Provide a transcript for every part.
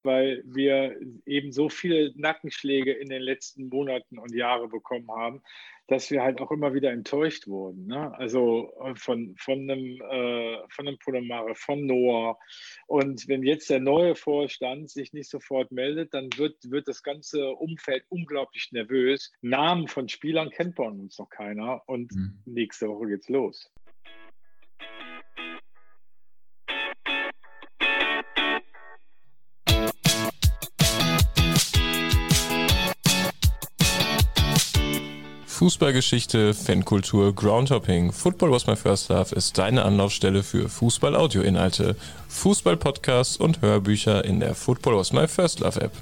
weil wir eben so viele Nackenschläge in den letzten Monaten und Jahren bekommen haben, dass wir halt auch immer wieder enttäuscht wurden. Ne? Also von einem Polomare, von Noah. Und wenn jetzt der neue Vorstand sich nicht sofort meldet, dann wird das ganze Umfeld unglaublich nervös. Namen von Spielern kennt bei uns noch keiner. Und nächste Woche geht's los. Fußballgeschichte, Fankultur, Groundhopping. Football Was My First Love ist deine Anlaufstelle für Fußball-Audio-Inhalte, Fußball-Podcasts und Hörbücher in der Football Was My First Love App.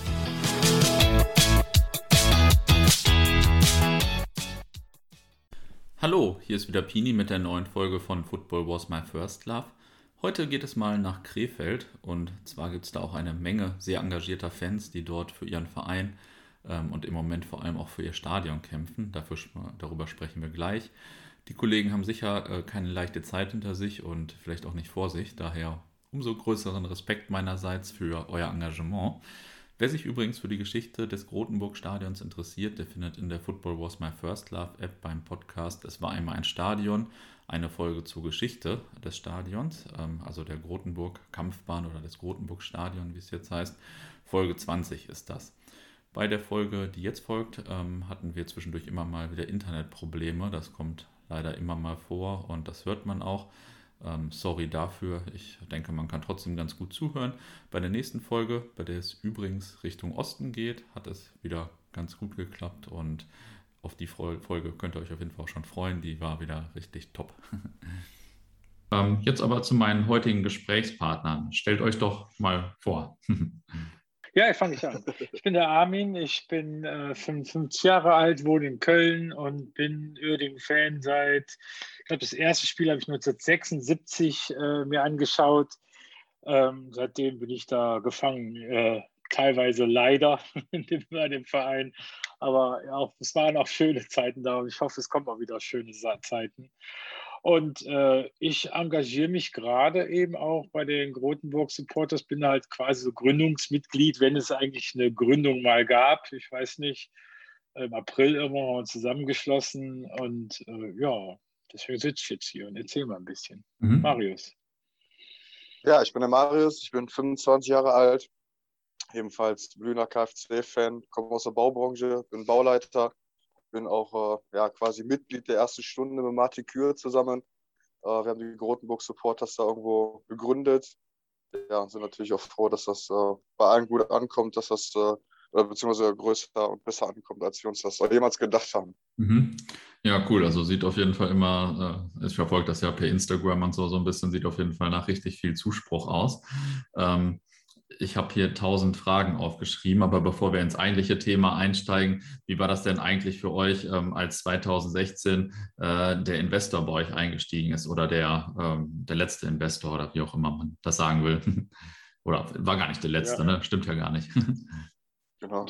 Hallo, hier ist wieder Pini mit der neuen Folge von Football Was My First Love. Heute geht es mal nach Krefeld und zwar gibt es da auch eine Menge sehr engagierter Fans, die dort für ihren Verein und im Moment vor allem auch für ihr Stadion kämpfen. Darüber sprechen wir gleich. Die Kollegen haben sicher keine leichte Zeit hinter sich und vielleicht auch nicht vor sich. Daher umso größeren Respekt meinerseits für euer Engagement. Wer sich übrigens für die Geschichte des Grotenburg-Stadions interessiert, der findet in der Football Was My First Love App beim Podcast Es war einmal ein Stadion eine Folge zur Geschichte des Stadions, also der Grotenburg-Kampfbahn oder des Grotenburg-Stadion, wie es jetzt heißt. Folge 20 ist das. Bei der Folge, die jetzt folgt, hatten wir zwischendurch immer mal wieder Internetprobleme. Das kommt leider immer mal vor und das hört man auch. Sorry dafür. Ich denke, man kann trotzdem ganz gut zuhören. Bei der nächsten Folge, bei der es übrigens Richtung Osten geht, hat es wieder ganz gut geklappt und auf die Folge könnt ihr euch auf jeden Fall auch schon freuen. Die war wieder richtig top. Jetzt aber zu meinen heutigen Gesprächspartnern. Stellt euch doch mal vor. Ja, ich fange an. Ich bin der Armin, ich bin 55 Jahre alt, wohne in Köln und bin Uerdingen-Fan ich glaube, das erste Spiel habe ich 1976 mir angeschaut. Seitdem bin ich da gefangen, teilweise leider bei dem Verein. Aber auch, es waren auch schöne Zeiten da und ich hoffe, es kommen auch wieder schöne Zeiten. Und ich engagiere mich gerade eben auch bei den Grotenburg Supporters, bin halt quasi so Gründungsmitglied, wenn es eigentlich eine Gründung mal gab. Ich weiß nicht, im April irgendwann haben wir uns zusammengeschlossen und ja, deswegen sitze ich jetzt hier und erzähle mal ein bisschen. Marius. Ja, ich bin der Marius, ich bin 25 Jahre alt, ebenfalls glühender KFC-Fan, komme aus der Baubranche, bin Bauleiter. Bin auch quasi Mitglied der ersten Stunde mit Martin Kür zusammen. Wir haben die Grotenburg Supporters da irgendwo gegründet. Ja, und sind natürlich auch froh, dass das bei allen gut ankommt, dass das beziehungsweise größer und besser ankommt, als wir uns das jemals gedacht haben. Ja, cool. Also sieht auf jeden Fall immer, ich verfolge das ja per Instagram und so ein bisschen, sieht auf jeden Fall nach richtig viel Zuspruch aus. Ich habe hier 1000 Fragen aufgeschrieben, aber bevor wir ins eigentliche Thema einsteigen, wie war das denn eigentlich für euch, als 2016 der Investor bei euch eingestiegen ist oder der letzte Investor oder wie auch immer man das sagen will? Oder war gar nicht der letzte, ja. Ne? Stimmt ja gar nicht. Genau.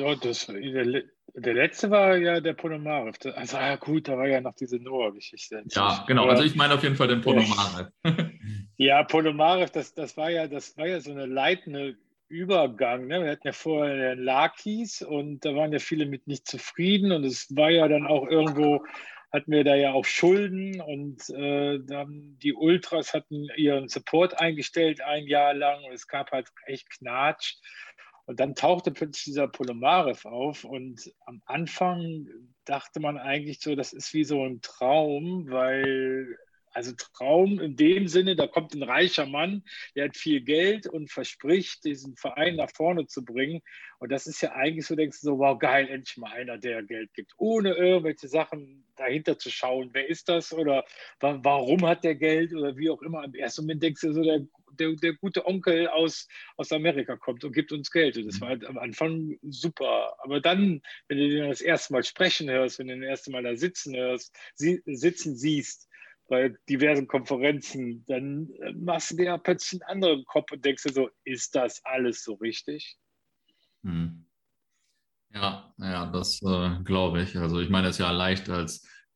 Der letzte war ja der Ponomarev. Also gut, da war ja noch diese Noah-Geschichte. Ja, genau. Also ich meine auf jeden Fall den Ponomarev. Ja, Ponomarev, das war ja so eine leitende Übergang. Ne? Wir hatten ja vorher den Lakis und da waren ja viele mit nicht zufrieden und es war ja dann auch irgendwo, hatten wir da ja auch Schulden und dann die Ultras hatten ihren Support eingestellt ein Jahr lang und es gab halt echt Knatsch. Und dann tauchte plötzlich dieser Ponomarev auf und am Anfang dachte man eigentlich so, das ist wie so ein Traum, also Traum in dem Sinne, da kommt ein reicher Mann, der hat viel Geld und verspricht, diesen Verein nach vorne zu bringen. Und das ist ja eigentlich so, denkst du so, wow, geil, endlich mal einer, der Geld gibt, ohne irgendwelche Sachen dahinter zu schauen. Wer ist das oder warum hat der Geld oder wie auch immer. Im ersten Moment denkst du so, der gute Onkel aus Amerika kommt und gibt uns Geld. Und das war halt am Anfang super. Aber dann, wenn du den das erste Mal sprechen hörst, wenn du den das erste Mal da sitzen siehst, bei diversen Konferenzen, dann machst du dir ja plötzlich einen anderen Kopf und denkst dir so, ist das alles so richtig? Ja, das glaube ich. Also ich meine, es ist ja leicht als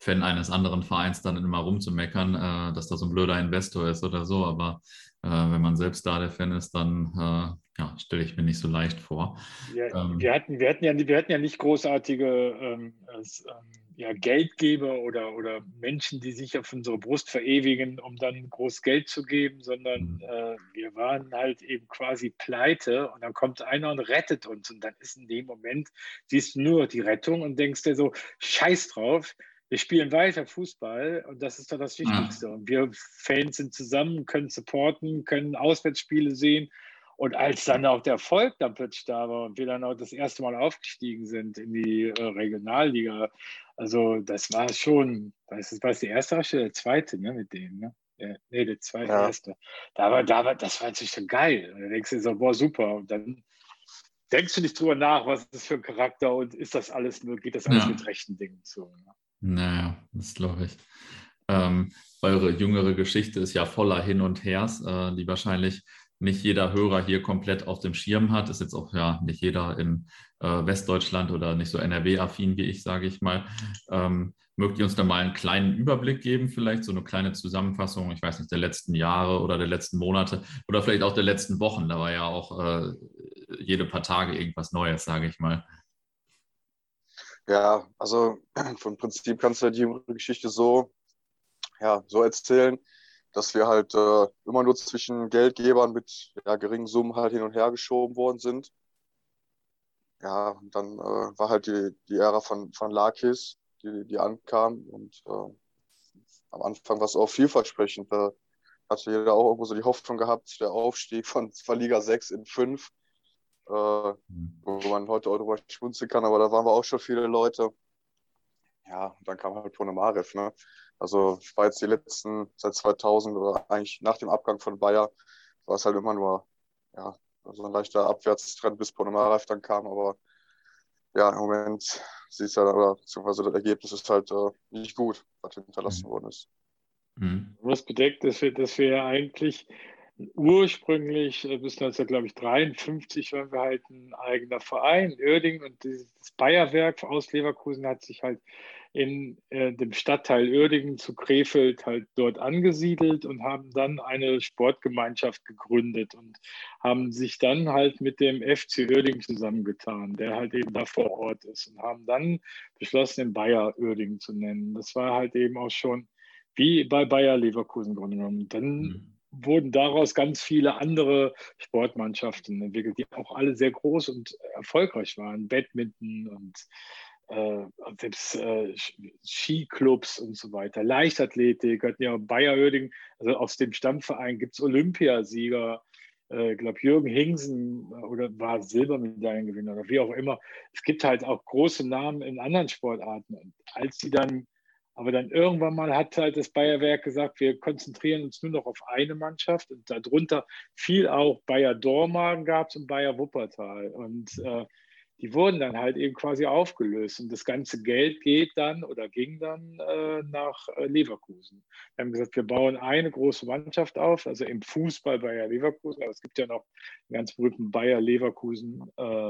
Fan eines anderen Vereins dann immer rumzumeckern, dass da so ein blöder Investor ist oder so. Aber wenn man selbst da der Fan ist, dann ja, stelle ich mir nicht so leicht vor. Wir hatten ja nicht großartige ja, Geldgeber oder Menschen, die sich auf unsere Brust verewigen, um dann groß Geld zu geben, sondern wir waren halt eben quasi pleite und dann kommt einer und rettet uns und dann ist in dem Moment, siehst du nur die Rettung und denkst dir so, scheiß drauf, wir spielen weiter Fußball und das ist doch das Ja, Wichtigste. Und wir Fans sind zusammen, können supporten, können Auswärtsspiele sehen. Und als dann auch der Erfolg dann plötzlich da war und wir dann auch das erste Mal aufgestiegen sind in die Regionalliga, also das war schon, war es die erste oder der zweite, ne, mit denen, ne? Nee, der zweite, Ja, erste. Das war natürlich so geil. Und dann denkst du dir so, boah, super. Und dann denkst du nicht drüber nach, was ist das für ein Charakter und ist das alles nur, geht das alles ja, mit rechten Dingen zu. Ne? naja, das glaube ich. Eure jüngere Geschichte ist ja voller Hin und Hers, die wahrscheinlich nicht jeder Hörer hier komplett auf dem Schirm hat. Ist jetzt auch ja nicht jeder in Westdeutschland oder nicht so NRW-affin wie ich, sage ich mal. Mögt ihr uns da mal einen kleinen Überblick geben, vielleicht so eine kleine Zusammenfassung, ich weiß nicht, der letzten Jahre oder der letzten Monate oder vielleicht auch der letzten Wochen? Da war ja auch jede paar Tage irgendwas Neues, sage ich mal. ja, also vom Prinzip kannst du die Geschichte so, ja, so erzählen, dass wir halt immer nur zwischen Geldgebern mit ja, geringen Summen halt hin und her geschoben worden sind. Ja, und dann war halt die Ära von Lakis, die ankam. Und am Anfang war es auch vielversprechend. Da hatte jeder auch irgendwo so die Hoffnung gehabt, der Aufstieg von Liga 6 in 5, wo man heute auch drüber schmunzeln kann. Aber da waren wir auch schon viele Leute. Ja, und dann kam halt Ponomarev, ne? Also ich war jetzt die letzten, seit 2000 oder eigentlich nach dem Abgang von Bayer, war es halt immer nur, ja, so ein leichter Abwärtstrend, bis Ponomarev dann kam. Aber ja, im Moment siehst du ja, oder beziehungsweise das Ergebnis ist halt nicht gut, was hinterlassen worden ist. Mhm. Du musst bedenken, dass wir ja eigentlich ursprünglich bis 19, glaube ich, 53 waren wir halt ein eigener Verein, Uerdingen, und das Bayerwerk aus Leverkusen hat sich halt in dem Stadtteil Uerdingen zu Krefeld halt dort angesiedelt und haben dann eine Sportgemeinschaft gegründet und haben sich dann halt mit dem FC Uerdingen zusammengetan, der halt eben da vor Ort ist, und haben dann beschlossen, den Bayer Uerdingen zu nennen. Das war halt eben auch schon wie bei Bayer Leverkusen im Grunde genommen. Dann Mhm. wurden daraus ganz viele andere Sportmannschaften entwickelt, die auch alle sehr groß und erfolgreich waren. Badminton und selbst Skiclubs und so weiter. Leichtathletik, hatten ja Bayer Oerding, also aus dem Stammverein gibt es Olympiasieger. Ich glaube, Jürgen Hingsen oder war Silbermedaillengewinner oder wie auch immer. Es gibt halt auch große Namen in anderen Sportarten. Und als die dann aber dann irgendwann mal hat halt das Bayerwerk gesagt, wir konzentrieren uns nur noch auf eine Mannschaft, und darunter fiel auch Bayer Dormagen gab es und Bayer Wuppertal. Und die wurden dann halt eben quasi aufgelöst. Und das ganze Geld geht dann oder ging dann nach Leverkusen. Wir haben gesagt, wir bauen eine große Mannschaft auf, also im Fußball Bayer Leverkusen. Aber es gibt ja noch einen ganz berühmten Bayer Leverkusen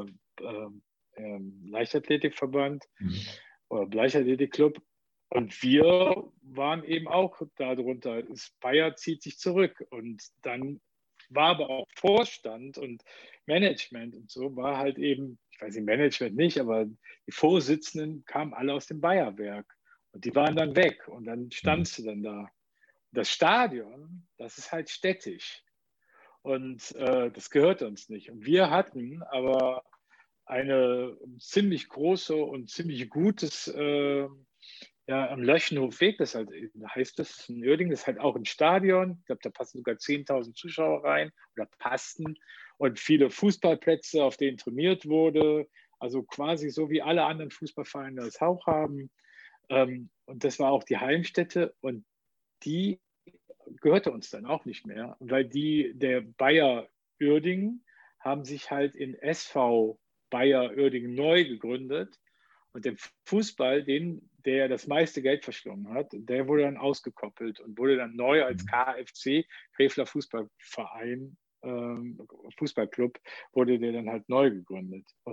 Leichtathletikverband Mhm. oder Leichtathletikclub. Und wir waren eben auch darunter. Das Bayer zieht sich zurück. Und dann war aber auch Vorstand und Management und so, war halt eben, ich weiß nicht, Management nicht, aber die Vorsitzenden kamen alle aus dem Bayerwerk. Und die waren dann weg. Und dann Mhm. standst du dann da. Das Stadion, das ist halt städtisch. Und das gehört uns nicht. Und wir hatten aber eine ziemlich große und ziemlich gutes ja, am Löchenhofweg, das halt, heißt das in Uerdingen, das ist halt auch ein Stadion. Ich glaube, da passen sogar 10.000 Zuschauer rein oder passten. Und viele Fußballplätze, auf denen trainiert wurde. Also quasi so wie alle anderen Fußballvereine das auch haben. Und das war auch die Heimstätte. Und die gehörte uns dann auch nicht mehr, weil der Bayer Uerdingen haben sich halt in SV Bayer Uerdingen neu gegründet, und der Fußball, der das meiste Geld verschlungen hat, der wurde dann ausgekoppelt und wurde dann neu als KFC, Krefler Fußballverein, Fußballclub, wurde der dann halt neu gegründet. Und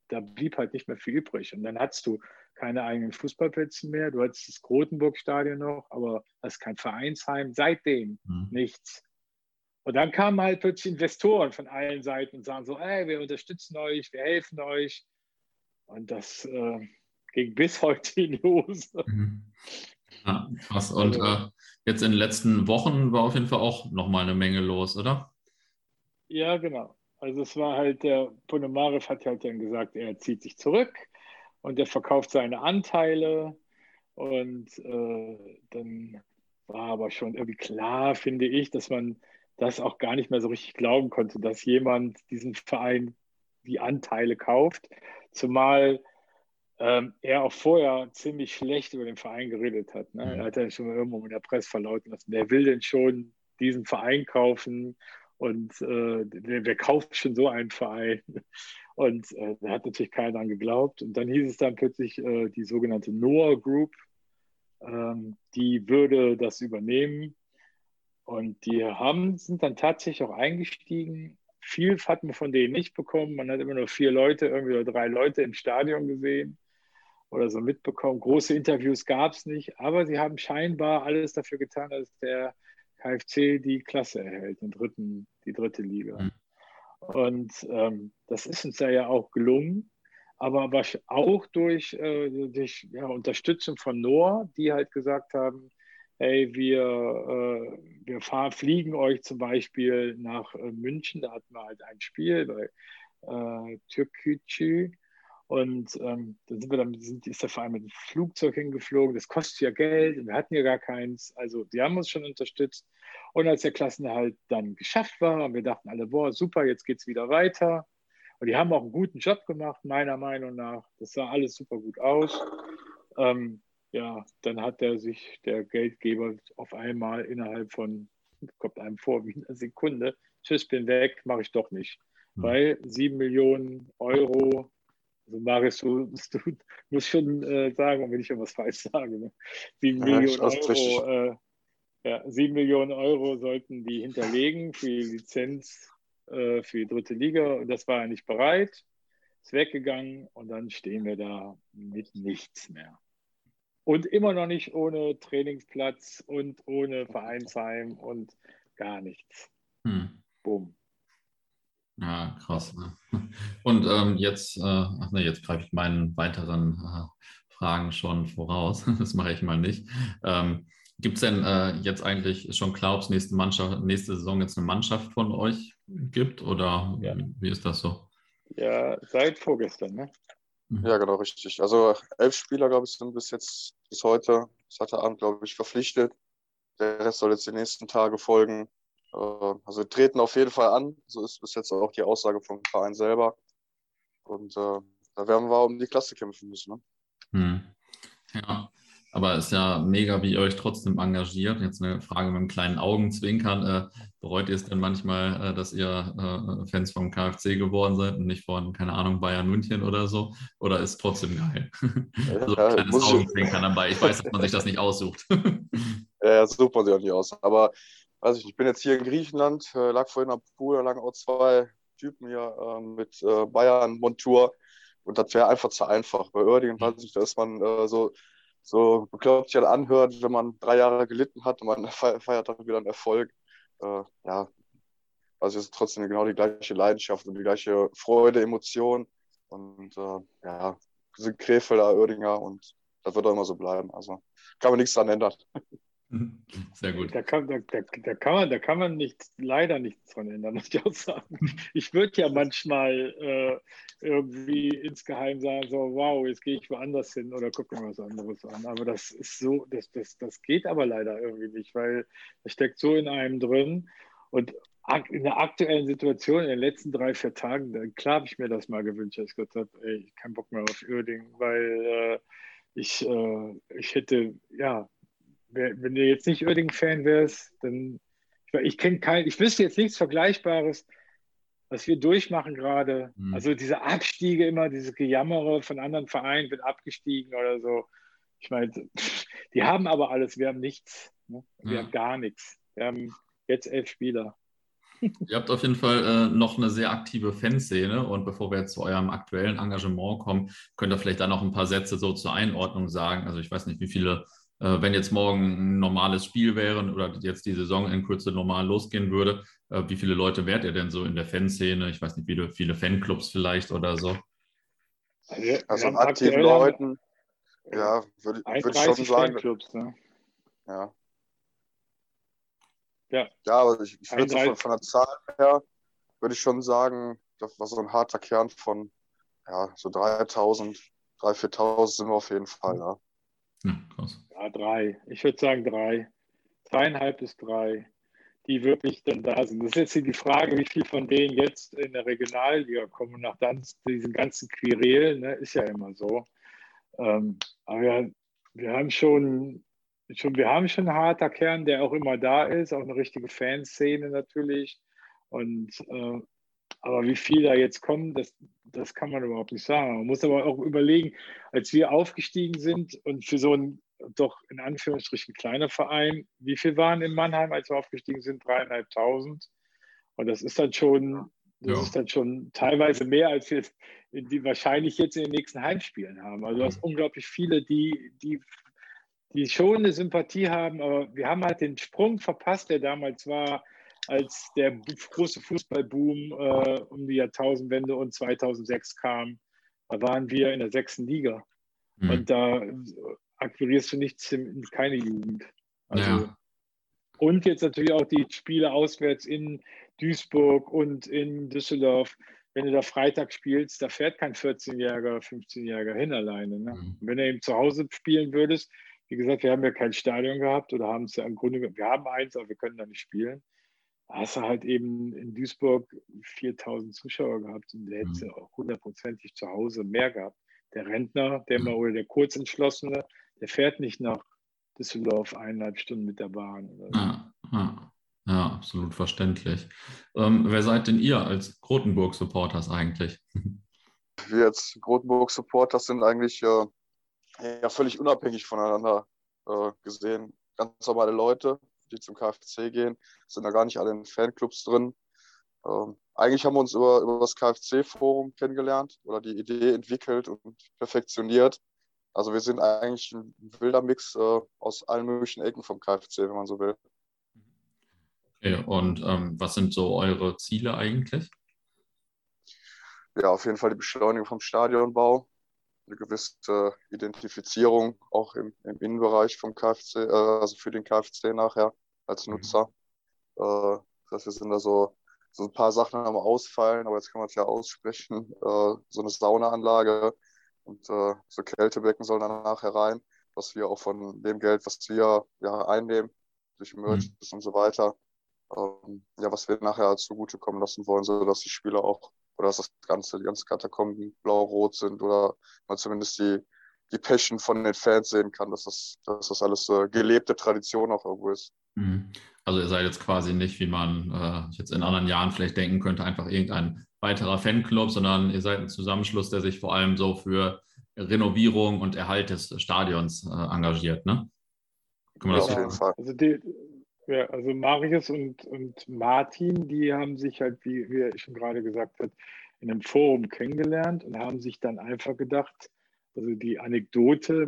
da blieb halt nicht mehr viel übrig. Und dann hattest du keine eigenen Fußballplätze mehr. Du hattest das Grotenburg-Stadion noch, aber hast kein Vereinsheim. Seitdem nichts. Und dann kamen halt plötzlich Investoren von allen Seiten und sagen so, ey, wir unterstützen euch, wir helfen euch. Und das ging bis heute in die Hose. Ja, krass. Und jetzt in den letzten Wochen war auf jeden Fall auch nochmal eine Menge los, oder? Ja, genau. Also es war halt, der Ponomarev hat halt dann gesagt, er zieht sich zurück und er verkauft seine Anteile. Und dann war aber schon irgendwie klar, finde ich, dass man das auch gar nicht mehr so richtig glauben konnte, dass jemand diesen Verein die Anteile kauft. Zumal er auch vorher ziemlich schlecht über den Verein geredet hat. Ne? Er hat ja schon mal irgendwo in der Presse verlauten lassen, wer will denn schon diesen Verein kaufen und wer kauft schon so einen Verein? Und da hat natürlich keiner dran geglaubt. Und dann hieß es dann plötzlich die sogenannte Noah Group, die würde das übernehmen. Und die sind dann tatsächlich auch eingestiegen. Viel hat man von denen nicht bekommen. Man hat immer nur 4 Leute, irgendwie oder 3 Leute im Stadion gesehen oder so mitbekommen. Große Interviews gab es nicht, aber sie haben scheinbar alles dafür getan, dass der KFC die Klasse erhält, die dritte Liga. Und das ist uns ja auch gelungen, aber auch durch Unterstützung von Noah, die halt gesagt haben, hey, wir fliegen euch zum Beispiel nach München, da hatten wir halt ein Spiel bei Türkgücü. Und ist der Verein mit dem Flugzeug hingeflogen. Das kostet ja Geld und wir hatten ja gar keins. Also die haben uns schon unterstützt. Und als der Klassenerhalt dann geschafft war, und wir dachten alle, boah, super, jetzt geht es wieder weiter. Und die haben auch einen guten Job gemacht, meiner Meinung nach. Das sah alles super gut aus. Dann hat der Geldgeber auf einmal innerhalb von, kommt einem vor wie eine Sekunde, tschüss, bin weg, mache ich doch nicht. Weil 7 Millionen Euro. Also Marius, du musst schon sagen, wenn ich irgendwas falsch sage. Ne? 7 Millionen Euro sollten die hinterlegen für die Lizenz für die dritte Liga. Und das war er nicht bereit, ist weggegangen und dann stehen wir da mit nichts mehr. Und immer noch nicht ohne Trainingsplatz und ohne Vereinsheim und gar nichts. Bumm. Ja, krass. Ne? Und jetzt greife ich meinen weiteren Fragen schon voraus. Das mache ich mal nicht. Gibt es denn jetzt eigentlich schon klar, ob es nächste Saison jetzt eine Mannschaft von euch gibt? Oder wie ist das so? Ja, seit vorgestern, ne? Ja, genau, richtig. Also 11 Spieler, glaube ich, sind bis heute, bis heute Abend, glaube ich, verpflichtet. Der Rest soll jetzt die nächsten Tage folgen. Also wir treten auf jeden Fall an. So ist bis jetzt auch die Aussage vom Verein selber. Und da werden wir um die Klasse kämpfen müssen. Ne? Ja, aber es ist ja mega, wie ihr euch trotzdem engagiert. Jetzt eine Frage mit einem kleinen Augenzwinkern. Bereut ihr es denn manchmal, dass ihr Fans vom KFC geworden seid und nicht von, keine Ahnung, Bayern München oder so? Oder ist trotzdem geil? So ein kleines Augenzwinkern dabei. Ich weiß, dass man sich das nicht aussucht. Ja, das sucht man sich auch nicht aus. Aber weiß ich bin jetzt hier in Griechenland, lag vorhin am Pool, da lagen auch 2 Typen hier mit Bayern-Montur. Und das wäre einfach zu einfach. Bei Uerdingen, weiß ich, da ist man so bekloppt sich anhört, wenn man 3 Jahre gelitten hat und man feiert dann wieder einen Erfolg. Also es ist trotzdem genau die gleiche Leidenschaft und die gleiche Freude, Emotion. Und wir sind Krefelder, Uerdinger und das wird auch immer so bleiben. Also kann man nichts dran ändern. Sehr gut. Da kann man leider nichts dran ändern, muss ich auch sagen. Ich würde ja manchmal irgendwie insgeheim sagen, so wow, jetzt gehe ich woanders hin oder gucke mir was anderes an. Aber das ist so, das geht aber leider irgendwie nicht, weil das steckt so in einem drin. Und in der aktuellen Situation, in den letzten 3, 4 Tagen, klar habe ich mir das mal gewünscht, dass ich gesagt habe, ey, ich habe keinen Bock mehr auf Uerdingen, weil ich hätte, wenn du jetzt nicht Uerdingen-Fan wärst, dann, ich wüsste jetzt nichts Vergleichbares, was wir durchmachen gerade. Also diese Abstiege immer, diese Gejammere von anderen Vereinen, wird abgestiegen oder so. Ich meine, die haben aber alles, wir haben nichts. Ne? Wir haben gar nichts. Wir haben jetzt 11 Spieler. Ihr habt auf jeden Fall noch eine sehr aktive Fanszene und bevor wir jetzt zu eurem aktuellen Engagement kommen, könnt ihr vielleicht da noch ein paar Sätze so zur Einordnung sagen. Also ich weiß nicht, wie viele, wenn jetzt morgen ein normales Spiel wäre oder jetzt die Saison in Kürze normal losgehen würde, wie viele Leute wärt ihr denn so in der Fanszene? Ich weiß nicht, wie viele Fanclubs vielleicht oder so. Also wir Also an haben aktiven aktuell Leuten, ja, würde ich schon 31 sagen, Fanclubs, ne? ja. Ja, Ja, aber ich würde so 31. von der Zahl her, würde ich schon sagen, das war so ein harter Kern von, ja, so 3.000, 3.000, 4.000 sind wir auf jeden Fall, ja. Ja, krass. Ja, 3. Ich würde sagen 3. 2,5 bis 3, die wirklich dann da sind. Das ist jetzt hier die Frage, wie viel von denen jetzt in der Regionalliga kommen nach diesen ganzen Querelen, ne? Ist ja immer so. Aber wir haben wir haben schon einen harter Kern, der auch immer da ist, auch eine richtige Fanszene natürlich. Und aber wie viel da jetzt kommen, das kann man überhaupt nicht sagen. Man muss aber auch überlegen, als wir aufgestiegen sind und für so einen doch in Anführungsstrichen kleiner Verein, wie viel waren in Mannheim, als wir aufgestiegen sind? 3.500. Und das ist Ja. dann schon teilweise mehr, als wir die wahrscheinlich jetzt in den nächsten Heimspielen haben. Also du hast unglaublich viele, die schon eine Sympathie haben, aber wir haben halt den Sprung verpasst, der damals war, als der große Fußballboom um die Jahrtausendwende und 2006 kam. Da waren wir in der 6. Liga und da akquirierst du keine Jugend. Also, Ja. und jetzt natürlich auch die Spiele auswärts in Duisburg und in Düsseldorf. Wenn du da Freitag spielst, da fährt kein 14-Jähriger, 15-Jähriger hin alleine. Ne? Und wenn du eben zu Hause spielen würdest, wie gesagt, wir haben ja kein Stadion gehabt oder haben es ja im Grunde, wir haben eins, aber wir können da nicht spielen. Da hast du halt eben in Duisburg 4.000 Zuschauer gehabt und der hätte auch hundertprozentig zu Hause mehr gehabt. Der Rentner, oder der Kurzentschlossene, der fährt nicht nach Düsseldorf 1,5 Stunden mit der Bahn. Oder so. Ja, ja, ja, absolut verständlich. Wer seid denn ihr als Grotenburg-Supporters eigentlich? Wir jetzt Grotenburg-Supporters sind eigentlich ja völlig unabhängig voneinander gesehen. Ganz normale Leute, die zum KFC gehen, sind da gar nicht alle in Fanclubs drin. Eigentlich haben wir uns über das KFC-Forum kennengelernt oder die Idee entwickelt und perfektioniert. Also wir sind eigentlich ein wilder Mix aus allen möglichen Ecken vom KFC, wenn man so will. Okay, und was sind so eure Ziele eigentlich? Ja, auf jeden Fall die Beschleunigung vom Stadionbau, eine gewisse Identifizierung auch im Innenbereich vom KFC, also für den KFC nachher als Nutzer. Das heißt, wir sind da so ein paar Sachen am Ausfallen, aber jetzt kann man es ja aussprechen. So eine Saunaanlage und so Kältebecken sollen dann nachher rein, was wir auch von dem Geld, was wir ja einnehmen, durch Merch und so weiter, was wir nachher zugutekommen lassen wollen, sodass die Spieler auch, oder dass die ganzen Katakomben blau-rot sind oder man zumindest die Passion von den Fans sehen kann, dass das alles gelebte Tradition auch irgendwo ist. Also ihr seid jetzt quasi nicht, wie man jetzt in anderen Jahren vielleicht denken könnte, einfach irgendein weiterer Fanclub, sondern ihr seid ein Zusammenschluss, der sich vor allem so für Renovierung und Erhalt des Stadions engagiert, ne? Kann man Ja, das auf so? jeden Fall. Also Marius und Martin, die haben sich halt, wie er schon gerade gesagt hat, in einem Forum kennengelernt und haben sich dann einfach gedacht, also die Anekdote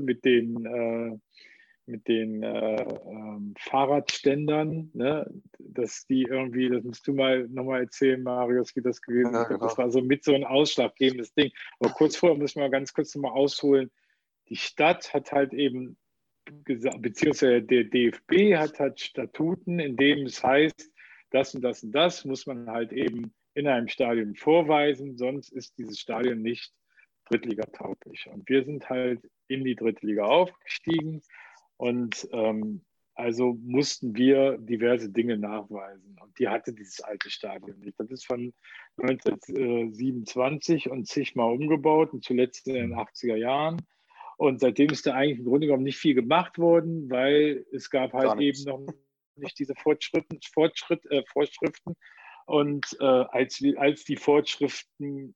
mit den Fahrradständern, ne, dass die irgendwie, das musst du mal nochmal erzählen, Marius, wie das gewesen ist. Ja, Ich glaube, genau. das war so ein ausschlaggebendes Ding. Aber kurz vorher müssen wir ganz kurz nochmal ausholen. Die Stadt hat halt eben gesagt, beziehungsweise der DFB hat halt Statuten, in denen es heißt, das und das und das muss man halt eben in einem Stadion vorweisen, sonst ist dieses Stadion nicht Drittliga-tauglich. Und wir sind halt in die Drittliga aufgestiegen und also mussten wir diverse Dinge nachweisen. Und die hatte dieses alte Stadion nicht. Das ist von 1927 und zigmal umgebaut und zuletzt in den 80er Jahren. Und seitdem ist da eigentlich im Grunde genommen nicht viel gemacht worden, weil es gab halt eben noch nicht diese Vorschriften. Und als die Vorschriften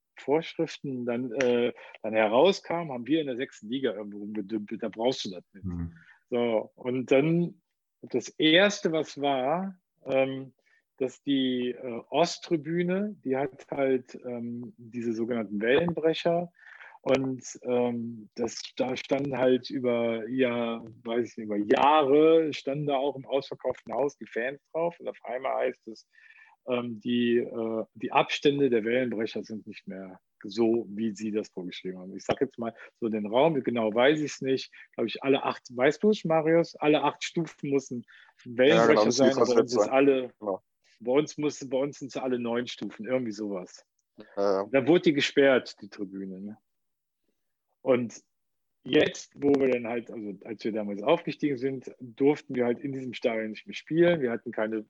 dann herauskamen, haben wir in der 6. Liga irgendwo rumgedümpelt. Da brauchst du das nicht. So, und dann das Erste, was war, dass die Osttribüne, die hat halt diese sogenannten Wellenbrecher. Und da standen halt über Jahre standen da auch im ausverkauften Haus die Fans drauf. Und auf einmal heißt es, die Abstände der Wellenbrecher sind nicht mehr so, wie Sie das vorgeschrieben haben. Ich sage jetzt mal so den Raum, genau weiß ich es nicht. Glaube ich, alle 8, weißt du es, Marius? Alle 8 Stufen müssen Wellenbrecher sein. Bei uns ist bei uns sind es alle 9 Stufen, irgendwie sowas. Dann wurde die gesperrt, die Tribüne. Ne? Und jetzt, wo wir dann halt, also als wir damals aufgestiegen sind, durften wir halt in diesem Stadion nicht mehr spielen. Wir hatten keine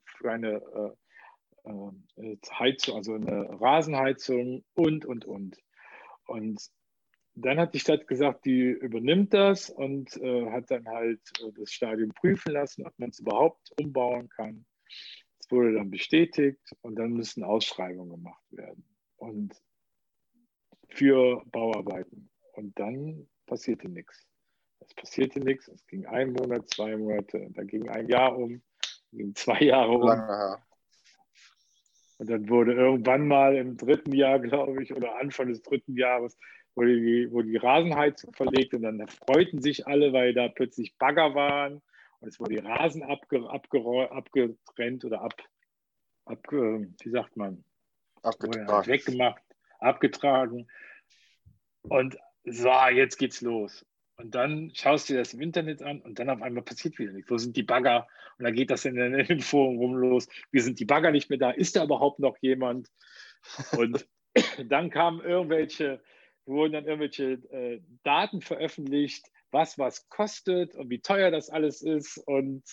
Heizung, also eine Rasenheizung und. Und dann hat die Stadt gesagt, die übernimmt das und hat dann halt das Stadion prüfen lassen, ob man es überhaupt umbauen kann. Es wurde dann bestätigt und dann müssen Ausschreibungen gemacht werden und für Bauarbeiten. Und dann passierte nichts. Es passierte nichts. Es ging 1 Monat, 2 Monate, dann ging 1 Jahr ging 2 Jahre Lange. Und dann wurde irgendwann mal im 3. Jahr, glaube ich, oder Anfang des 3. Jahres, wurde die Rasenheizung verlegt und dann freuten sich alle, weil da plötzlich Bagger waren und es wurde die Rasen abgetrennt oder wie sagt man? Abgetragen. Weggemacht, abgetragen. Und so, jetzt geht's los. Und dann schaust du dir das im Internet an und dann auf einmal passiert wieder nichts. Wo sind die Bagger? Und dann geht das in den Foren rum los. Wie sind die Bagger nicht mehr da? Ist da überhaupt noch jemand? Und dann wurden dann irgendwelche Daten veröffentlicht, was kostet und wie teuer das alles ist. Und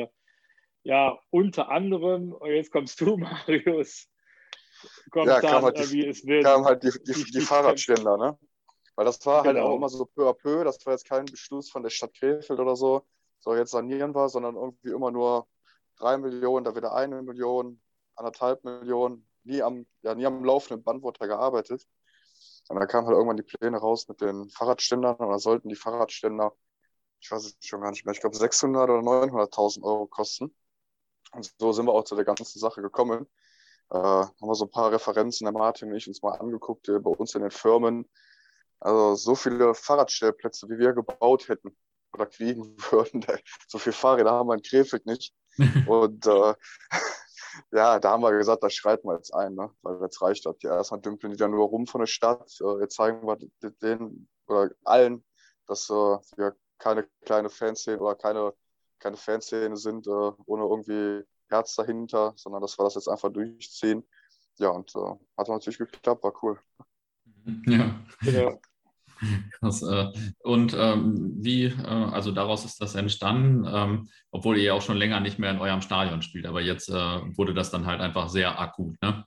unter anderem, und jetzt kommst du, Marius, kamen halt die Fahrradständer, ne? Weil das war halt auch immer so peu à peu, das war jetzt kein Beschluss von der Stadt Krefeld oder so jetzt sanieren wir, sondern irgendwie immer nur 3 Millionen, da wieder 1 Million, 1,5 Millionen, nie am laufenden Band wurde da gearbeitet. Und da kamen halt irgendwann die Pläne raus mit den Fahrradständern und da sollten die Fahrradständer, ich weiß es schon gar nicht mehr, ich glaube 600 oder 900.000 Euro kosten. Und so sind wir auch zu der ganzen Sache gekommen. Haben wir so ein paar Referenzen, der Martin und ich, uns mal angeguckt, bei uns in den Firmen. Also so viele Fahrradstellplätze, wie wir gebaut hätten oder kriegen würden, so viele Fahrräder haben wir in Krefeld nicht. Und da haben wir gesagt, da schreiten wir jetzt ein, ne? Weil jetzt reicht das. Ja, erstmal dümpeln die da nur rum von der Stadt. Jetzt zeigen wir denen oder allen, dass wir keine kleine Fanszene oder keine Fanszene sind, ohne irgendwie Herz dahinter, sondern dass wir das jetzt einfach durchziehen. Ja, und hat natürlich geklappt, war cool. Ja. Krass. Und also daraus ist das entstanden, obwohl ihr ja auch schon länger nicht mehr in eurem Stadion spielt, aber jetzt wurde das dann halt einfach sehr akut, ne?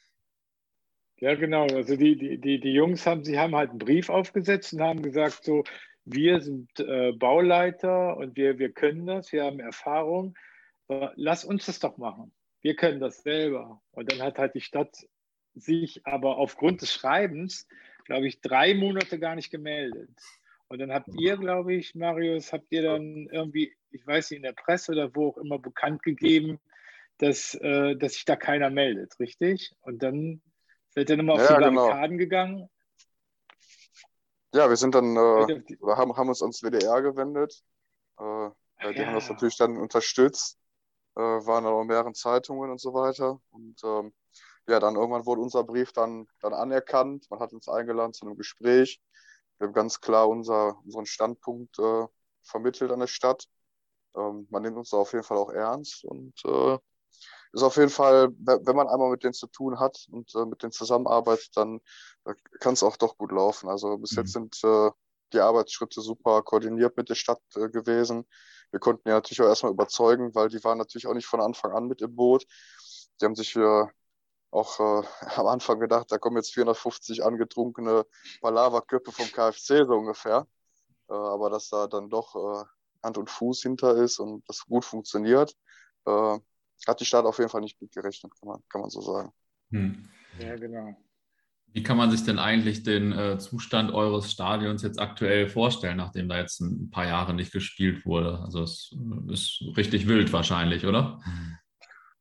Ja, genau. Also die Jungs haben halt einen Brief aufgesetzt und haben gesagt, so, wir sind Bauleiter und wir können das, wir haben Erfahrung, lass uns das doch machen. Wir können das selber. Und dann hat halt die Stadt sich aber aufgrund des Schreibens, glaube ich, 3 Monate gar nicht gemeldet. Und dann habt ihr, glaube ich, Marius, dann irgendwie, ich weiß nicht, in der Presse oder wo auch immer bekannt gegeben, dass sich da keiner meldet, richtig? Und dann seid ihr nochmal auf die Barrikaden gegangen? Ja, wir sind dann, haben uns ans WDR gewendet. Die haben das natürlich dann unterstützt, waren auch in mehreren Zeitungen und so weiter. Und dann irgendwann wurde unser Brief dann anerkannt. Man hat uns eingeladen zu einem Gespräch. Wir haben ganz klar unseren Standpunkt vermittelt an der Stadt. Man nimmt uns da auf jeden Fall auch ernst und ist auf jeden Fall, wenn man einmal mit denen zu tun hat und mit denen zusammenarbeitet, dann kann es auch doch gut laufen. Also bis jetzt sind die Arbeitsschritte super koordiniert mit der Stadt gewesen. Wir konnten ja natürlich auch erstmal überzeugen, weil die waren natürlich auch nicht von Anfang an mit im Boot. Die haben sich auch am Anfang gedacht, da kommen jetzt 450 angetrunkene Palaverköpfe vom KFC so ungefähr. Aber dass da dann doch Hand und Fuß hinter ist und das gut funktioniert, hat die Stadt auf jeden Fall nicht gut gerechnet, kann man so sagen. Ja, genau. Wie kann man sich denn eigentlich den Zustand eures Stadions jetzt aktuell vorstellen, nachdem da jetzt ein paar Jahre nicht gespielt wurde? Also es ist richtig wild wahrscheinlich, oder?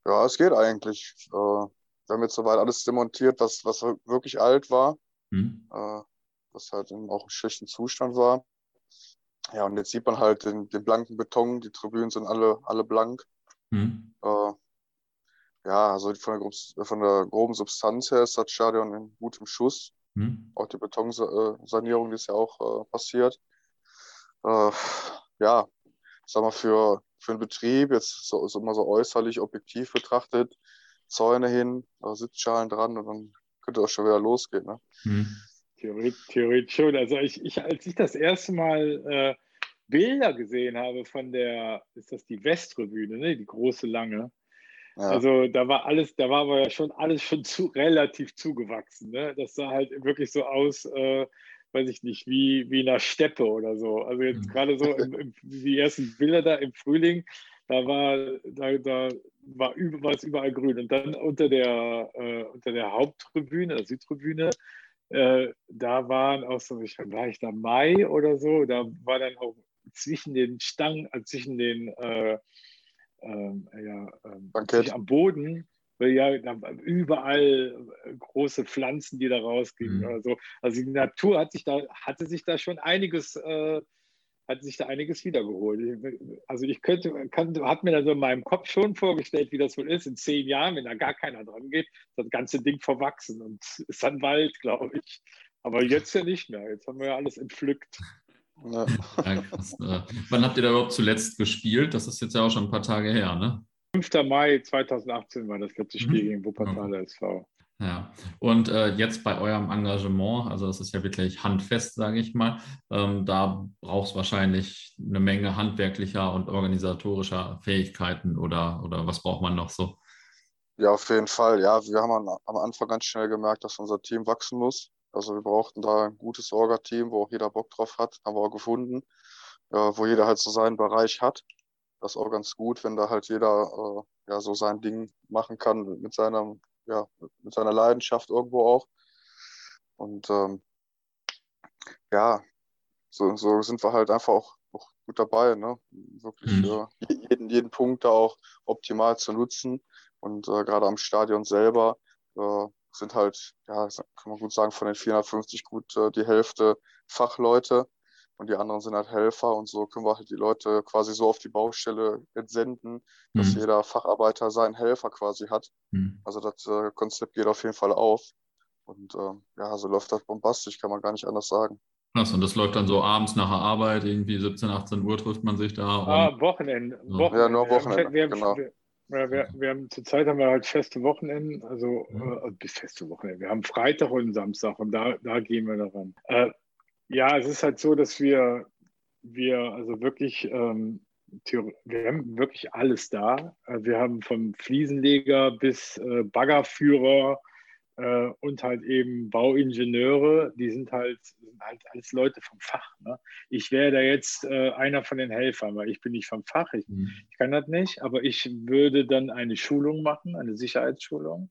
Ja, es geht eigentlich. Wir haben jetzt soweit alles demontiert, was wirklich alt war, Hm? was halt auch im schlechten Zustand war. Ja, und jetzt sieht man halt den blanken Beton, die Tribünen sind alle blank. Hm? Äh, ja, also von der groben Substanz her ist das Stadion in gutem Schuss. Hm? Auch die Betonsanierung, die ist ja auch passiert. Äh, ja, ich sag mal, für einen Betrieb, jetzt so mal so äußerlich objektiv betrachtet, Zäune hin, Sitzschalen dran und dann könnte auch schon wieder losgehen. Ne? Hm? Theoretisch schon. Also als ich das erste Mal Bilder gesehen habe ist das die Westtribüne, ne? Die große lange. Ja, Also da war aber ja schon alles schon relativ zugewachsen. Ne? Das sah halt wirklich so aus, weiß ich nicht, wie in einer Steppe oder so. Also jetzt Hm? gerade so die ersten Bilder da im Frühling, war es überall grün. Und dann unter der Haupttribüne, der Südtribüne, war ich da Mai oder so, da war dann auch zwischen den Stangen, zwischen den sich Bankett. am Boden, weil ja da überall große Pflanzen, die da rausgingen Hm? oder so. Also die Natur hatte sich da schon einiges wiedergeholt. Also hat mir da so in meinem Kopf schon vorgestellt, wie das wohl ist in 10 Jahren, wenn da gar keiner dran geht, das ganze Ding verwachsen und ist dann Wald, glaube ich. Aber jetzt ja nicht mehr. Jetzt haben wir ja alles entpflückt. Ja. Ja, krass. Wann habt ihr da überhaupt zuletzt gespielt? Das ist jetzt ja auch schon ein paar Tage her, ne? 5. Mai 2018 war das letzte Spiel Mhm. gegen Wuppertaler SV. Ja, und jetzt bei eurem Engagement, also das ist ja wirklich handfest, sage ich mal, da braucht es wahrscheinlich eine Menge handwerklicher und organisatorischer Fähigkeiten oder was braucht man noch so? Ja, auf jeden Fall. Ja, wir haben am Anfang ganz schnell gemerkt, dass unser Team wachsen muss. Also wir brauchten da ein gutes Orga-Team, wo auch jeder Bock drauf hat, haben wir auch gefunden, wo jeder halt so seinen Bereich hat. Das ist auch ganz gut, wenn da halt jeder ja so sein Ding machen kann mit seiner Leidenschaft irgendwo auch. Und ja, so sind wir halt einfach auch gut dabei, ne? Wirklich Hm. jeden Punkt da auch optimal zu nutzen. Und gerade am Stadion selber sind halt, ja, kann man gut sagen, von den 450 gut die Hälfte Fachleute und die anderen sind halt Helfer. Und so können wir halt die Leute quasi so auf die Baustelle entsenden, dass Hm. jeder Facharbeiter seinen Helfer quasi hat. Hm. Also das Konzept geht auf jeden Fall auf. Und ja, so läuft das bombastisch, kann man gar nicht anders sagen. Krass, und das läuft dann so abends nach der Arbeit, irgendwie 17, 18 Uhr trifft man sich da und Wochenende, so. Ja, nur Wochenende. Wochenende, genau. Wir haben zurzeit haben wir halt feste Wochenenden, Hm. feste Wochenende. Wir haben Freitag und Samstag und da gehen wir daran. Ja, es ist halt so, dass wir also wirklich, wir haben wirklich alles da. Wir haben vom Fliesenleger bis Baggerführer und halt eben Bauingenieure, sind halt alles Leute vom Fach. Ne? Ich wäre da jetzt einer von den Helfern, weil ich bin nicht vom Fach, Hm. ich kann das nicht, aber ich würde dann eine Schulung machen, eine Sicherheitsschulung,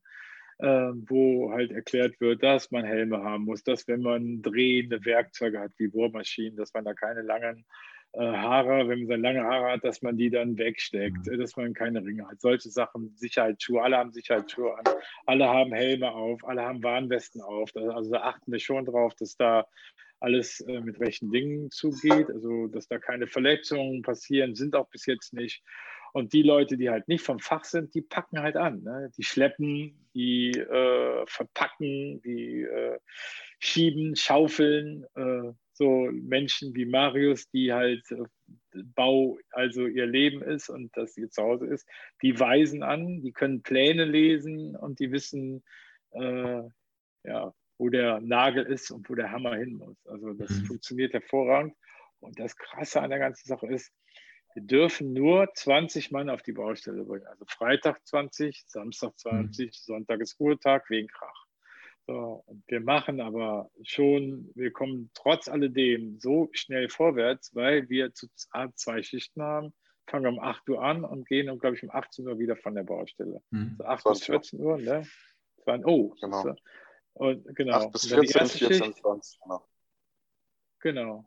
wo halt erklärt wird, dass man Helme haben muss, dass wenn man drehende Werkzeuge hat wie Bohrmaschinen, dass man da keine langen Haare, wenn man so lange Haare hat, dass man die dann wegsteckt, Hm. dass man keine Ringe hat. Solche Sachen, Sicherheitsschuhe, alle haben Sicherheitsschuhe an, alle haben Helme auf, alle haben Warnwesten auf. Also da achten wir schon drauf, dass da alles mit rechten Dingen zugeht, also dass da keine Verletzungen passieren, sind auch bis jetzt nicht. Und die Leute, die halt nicht vom Fach sind, die packen halt an. Ne? Die schleppen, die verpacken, die schieben, schaufeln. So Menschen wie Marius, die halt Bau also ihr Leben ist und das ihr Zuhause ist, die weisen an, die können Pläne lesen und die wissen, ja, wo der Nagel ist und wo der Hammer hin muss. Also das Hm. funktioniert hervorragend. Und das Krasse an der ganzen Sache ist, wir dürfen nur 20 Mann auf die Baustelle bringen. Also Freitag 20, Samstag Hm. 20, Sonntag ist Ruhetag wegen Krach. So, und wir machen aber schon, wir kommen trotz alledem so schnell vorwärts, weil wir zu 2 Schichten haben, fangen um 8 Uhr an und gehen, glaube ich, um 18 Uhr wieder von der Baustelle. Hm. So 8 bis 20 Uhr, 14 Uhr, ne? Oh, siehst genau. du? Und 8 genau. bis Und dann die 14, erste 14 Schicht, bis 20, genau. genau.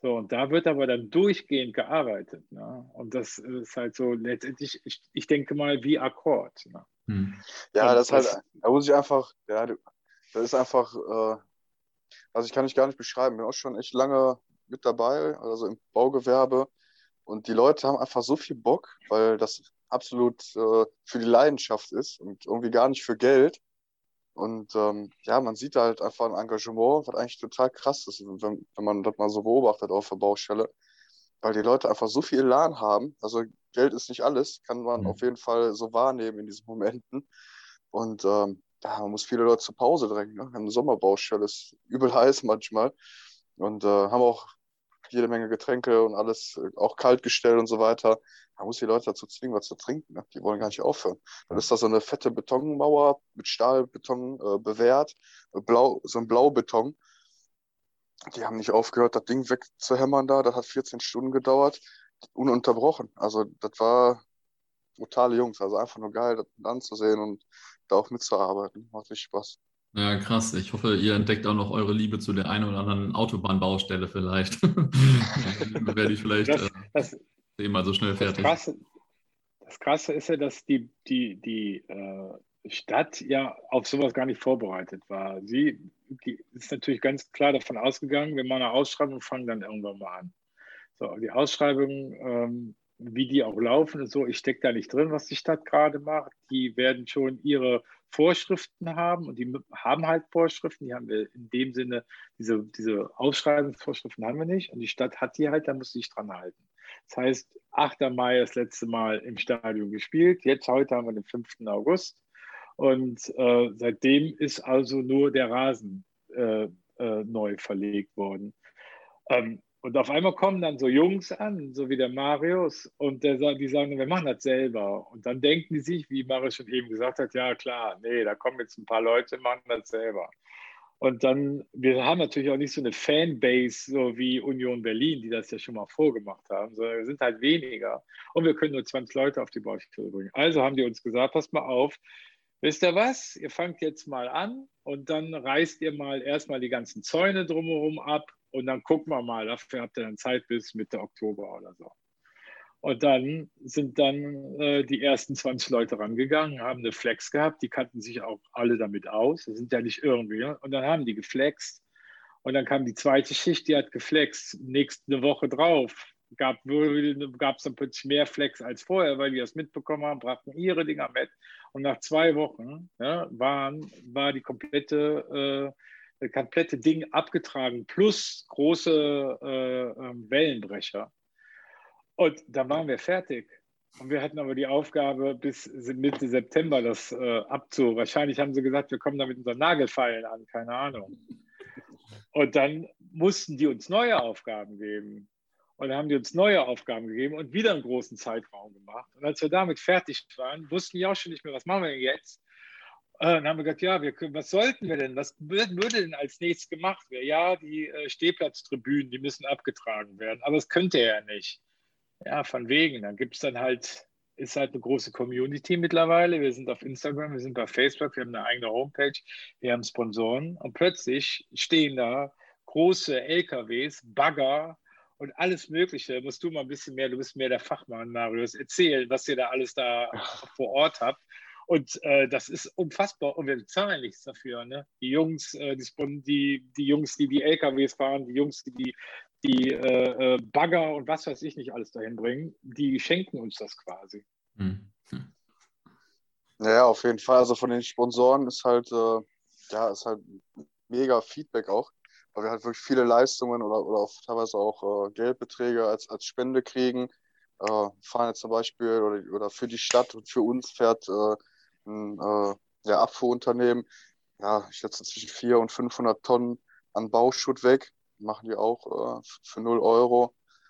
So, und da wird aber dann durchgehend gearbeitet. Ne? Und das ist halt so letztendlich, ich denke mal, wie Akkord. Ne? Ja, Und das ist halt, da muss ich einfach, ja, das ist einfach, also ich kann nicht gar nicht beschreiben, bin auch schon echt lange mit dabei, also im Baugewerbe. Und die Leute haben einfach so viel Bock, weil das absolut für die Leidenschaft ist und irgendwie gar nicht für Geld. Und ja, man sieht da halt einfach ein Engagement, was eigentlich total krass ist, wenn man das mal so beobachtet auf der Baustelle. Weil die Leute einfach so viel Elan haben. Also Geld ist nicht alles, kann man auf jeden Fall so wahrnehmen in diesen Momenten. Und ja, man muss viele Leute zur Pause drängen. Ne? Wir haben eine Sommerbaustelle, ist übel heiß manchmal. Und haben auch jede Menge Getränke und alles auch kalt gestellt und so weiter. Man muss die Leute dazu zwingen, was zu trinken. Ne? Die wollen gar nicht aufhören. Dann ist da so eine fette Betonmauer mit Stahlbeton bewehrt, so ein Blaubeton. Die haben nicht aufgehört, das Ding wegzuhämmern da. Das hat 14 Stunden gedauert, ununterbrochen. Also das war brutale Jungs. Also einfach nur geil, das anzusehen und da auch mitzuarbeiten. Macht richtig Spaß. Ja, krass. Ich hoffe, ihr entdeckt auch noch eure Liebe zu der einen oder anderen Autobahnbaustelle vielleicht. Dann werde ich vielleicht das, das, mal so schnell das fertig. Das Krasse ist ja, dass die Stadt ja auf sowas gar nicht vorbereitet war. Die ist natürlich ganz klar davon ausgegangen, wir machen eine Ausschreibung, fangen dann irgendwann mal an. So, die Ausschreibungen, wie die auch laufen und so, ich stecke da nicht drin, was die Stadt gerade macht. Die werden schon ihre Vorschriften haben und die haben halt Vorschriften, die haben wir in dem Sinne, diese Ausschreibungsvorschriften haben wir nicht und die Stadt hat die halt, da muss sie sich dran halten. Das heißt, 8. Mai das letzte Mal im Stadion gespielt, jetzt heute haben wir den 5. August und seitdem ist also nur der Rasen neu verlegt worden. Und auf einmal kommen dann so Jungs an, so wie der Marius, und die sagen, wir machen das selber. Und dann denken die sich, wie Marius schon eben gesagt hat, ja klar, nee, da kommen jetzt ein paar Leute, machen das selber. Und dann, wir haben natürlich auch nicht so eine Fanbase, so wie Union Berlin, die das ja schon mal vorgemacht haben, sondern wir sind halt weniger. Und wir können nur 20 Leute auf die Baustelle bringen. Also haben die uns gesagt, passt mal auf, wisst ihr was? Ihr fangt jetzt mal an und dann reißt ihr mal erstmal die ganzen Zäune drumherum ab und dann gucken wir mal. Dafür habt ihr dann Zeit bis Mitte Oktober oder so. Und dann sind dann die ersten 20 Leute rangegangen, haben eine Flex gehabt, die kannten sich auch alle damit aus. Das sind ja nicht irgendwie. Und dann haben die geflext. Und dann kam die zweite Schicht, die hat geflext. Nächste Woche drauf gab es dann plötzlich mehr Flex als vorher, weil die das mitbekommen haben, brachten ihre Dinger mit. Und nach 2 Wochen war die komplette Ding abgetragen, plus große Wellenbrecher. Und dann waren wir fertig. Und wir hatten aber die Aufgabe, bis Mitte September das wahrscheinlich haben sie gesagt, wir kommen da mit unseren Nagelfeilen an, keine Ahnung. Und dann mussten die uns neue Aufgaben geben. Und dann haben die uns neue Aufgaben gegeben und wieder einen großen Zeitraum gemacht. Und als wir damit fertig waren, wussten die auch schon nicht mehr, was machen wir denn jetzt? Dann haben wir gesagt, ja, was sollten wir denn? Was würde denn als nächstes gemacht werden? Ja, die Stehplatztribünen, die müssen abgetragen werden. Aber das könnte er ja nicht. Ja, von wegen. Dann gibt es dann halt, ist halt eine große Community mittlerweile. Wir sind auf Instagram, wir sind bei Facebook, wir haben eine eigene Homepage, wir haben Sponsoren und plötzlich stehen da große LKWs, Bagger und alles Mögliche. Musst du mal ein bisschen mehr, du bist mehr der Fachmann, Marius, erzählen, was ihr da alles da vor Ort habt. Und das ist unfassbar und wir bezahlen nichts dafür. Ne? Die Jungs, die Jungs, die LKWs fahren, die Jungs, die Bagger und was weiß ich nicht alles dahin bringen, die schenken uns das quasi. Ja, auf jeden Fall. Also von den Sponsoren ist halt, ist halt mega Feedback auch, weil wir halt wirklich viele Leistungen oder auch teilweise auch Geldbeträge als Spende kriegen. Fahren jetzt zum Beispiel oder für die Stadt und für uns fährt ein Abfuhrunternehmen, ich schätze zwischen 400 und 500 Tonnen an Bauschutt weg. Machen die auch für 0 Euro.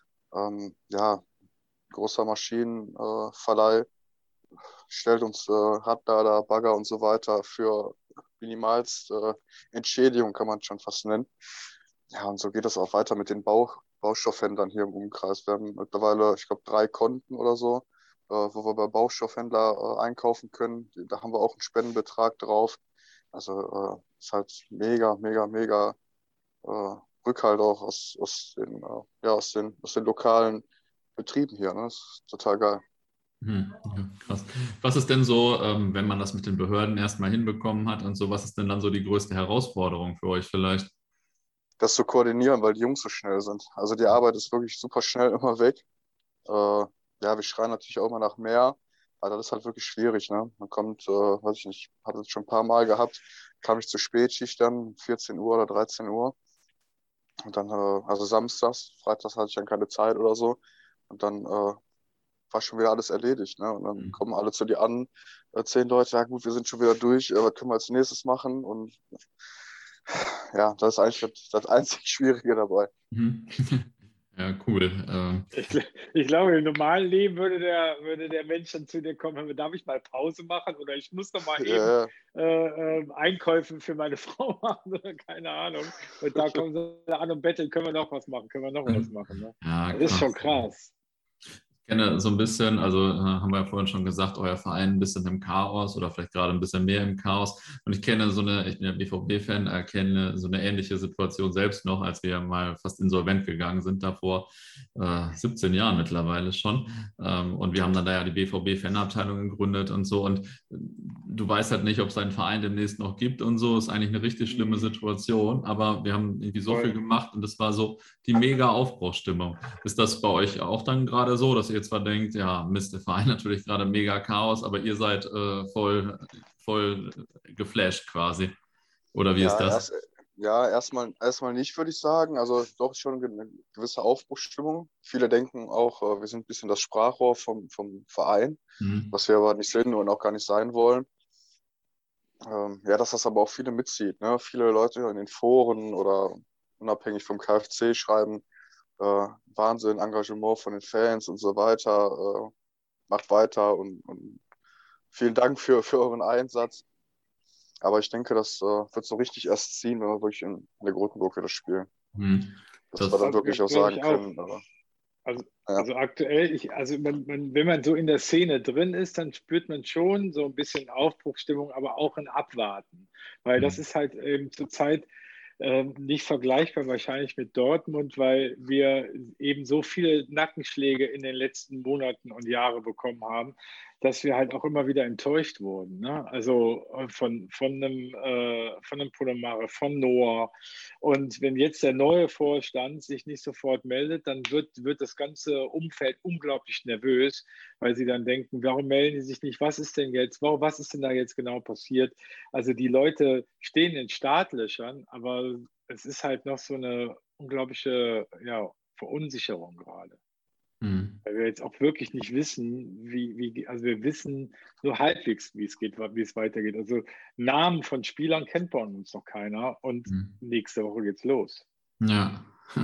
Großer Maschinenverleih stellt uns Radlader, Bagger und so weiter für minimalst Entschädigung, kann man schon fast nennen. Ja, und so geht es auch weiter mit den Baustoffhändlern hier im Umkreis. Wir haben mittlerweile, ich glaube, 3 Konten oder so, wo wir bei Baustoffhändler einkaufen können. Da haben wir auch einen Spendenbetrag drauf. Also ist halt mega, mega, mega Rückhalt auch aus den lokalen Betrieben hier. Ne? Das ist total geil. Ja, krass. Was ist denn so, wenn man das mit den Behörden erstmal hinbekommen hat und so, was ist denn dann so die größte Herausforderung für euch vielleicht? Das zu koordinieren, weil die Jungs so schnell sind. Also die Arbeit ist wirklich super schnell immer weg. Ja, wir schreien natürlich auch immer nach mehr, aber das ist halt wirklich schwierig, ne? Man kommt, weiß ich nicht, hatte es schon ein paar Mal gehabt, kam ich zur Spätschicht dann, 14 Uhr oder 13 Uhr. Und dann, also samstags, freitags hatte ich dann keine Zeit oder so. Und dann war schon wieder alles erledigt, ne? Und dann kommen alle zu dir an, 10 Leute, ja gut, wir sind schon wieder durch, was können wir als nächstes machen? Und ja, das ist eigentlich das einzig Schwierige dabei. Mhm. Ja, cool. Ich glaube, im normalen Leben würde der Mensch dann zu dir kommen, darf ich mal Pause machen oder ich muss noch mal eben Einkäufe für meine Frau machen oder keine Ahnung. Und da kommen sie an und betteln, können wir noch was machen, können wir noch was machen. Ne? Ja, Das ist schon krass. Ich kenne so ein bisschen, also haben wir ja vorhin schon gesagt, euer Verein ein bisschen im Chaos oder vielleicht gerade ein bisschen mehr im Chaos. Und ich kenne ich bin ja BVB-Fan, kenne so eine ähnliche Situation selbst noch, als wir mal fast insolvent gegangen sind, da vor 17 Jahren mittlerweile schon. Und wir haben dann da ja die BVB-Fanabteilung gegründet und so. Und du weißt halt nicht, ob es deinen Verein demnächst noch gibt und so. Ist eigentlich eine richtig schlimme Situation. Aber wir haben irgendwie so viel gemacht und das war so die mega Aufbruchsstimmung. Ist das bei euch auch dann gerade so, dass ihr zwar denkt, ja, Mist, der Verein natürlich gerade mega Chaos, aber ihr seid voll geflasht quasi? Oder wie ist das? Erstmal nicht, würde ich sagen. Also doch ist schon eine gewisse Aufbruchsstimmung. Viele denken auch, wir sind ein bisschen das Sprachrohr vom Verein, was wir aber nicht sind und auch gar nicht sein wollen. Ja, dass das aber auch viele mitzieht. Ne? Viele Leute in den Foren oder unabhängig vom KFC schreiben, Wahnsinn, Engagement von den Fans und so weiter. Macht weiter und vielen Dank für euren Einsatz. Aber ich denke, das wird so richtig erst ziehen, wenn wir wirklich in der Grotenburg wieder spielen. Dass wir dann wirklich auch sagen können. Also aktuell, wenn man so in der Szene drin ist, dann spürt man schon so ein bisschen Aufbruchsstimmung, aber auch ein Abwarten. Weil das ist halt zurzeit nicht vergleichbar wahrscheinlich mit Dortmund, weil wir eben so viele Nackenschläge in den letzten Monaten und Jahren bekommen haben, dass wir halt auch immer wieder enttäuscht wurden. Ne? Also von einem Polomare, von Noah. Und wenn jetzt der neue Vorstand sich nicht sofort meldet, dann wird das ganze Umfeld unglaublich nervös, weil sie dann denken, warum melden die sich nicht? Was ist denn jetzt? Was ist denn da jetzt genau passiert? Also die Leute stehen in Startlöchern, aber es ist halt noch so eine unglaubliche Verunsicherung gerade. Weil wir jetzt auch wirklich nicht wissen, also wir wissen nur halbwegs, wie es weitergeht. Also Namen von Spielern kennt bei uns noch keiner und nächste Woche geht's los. Ja.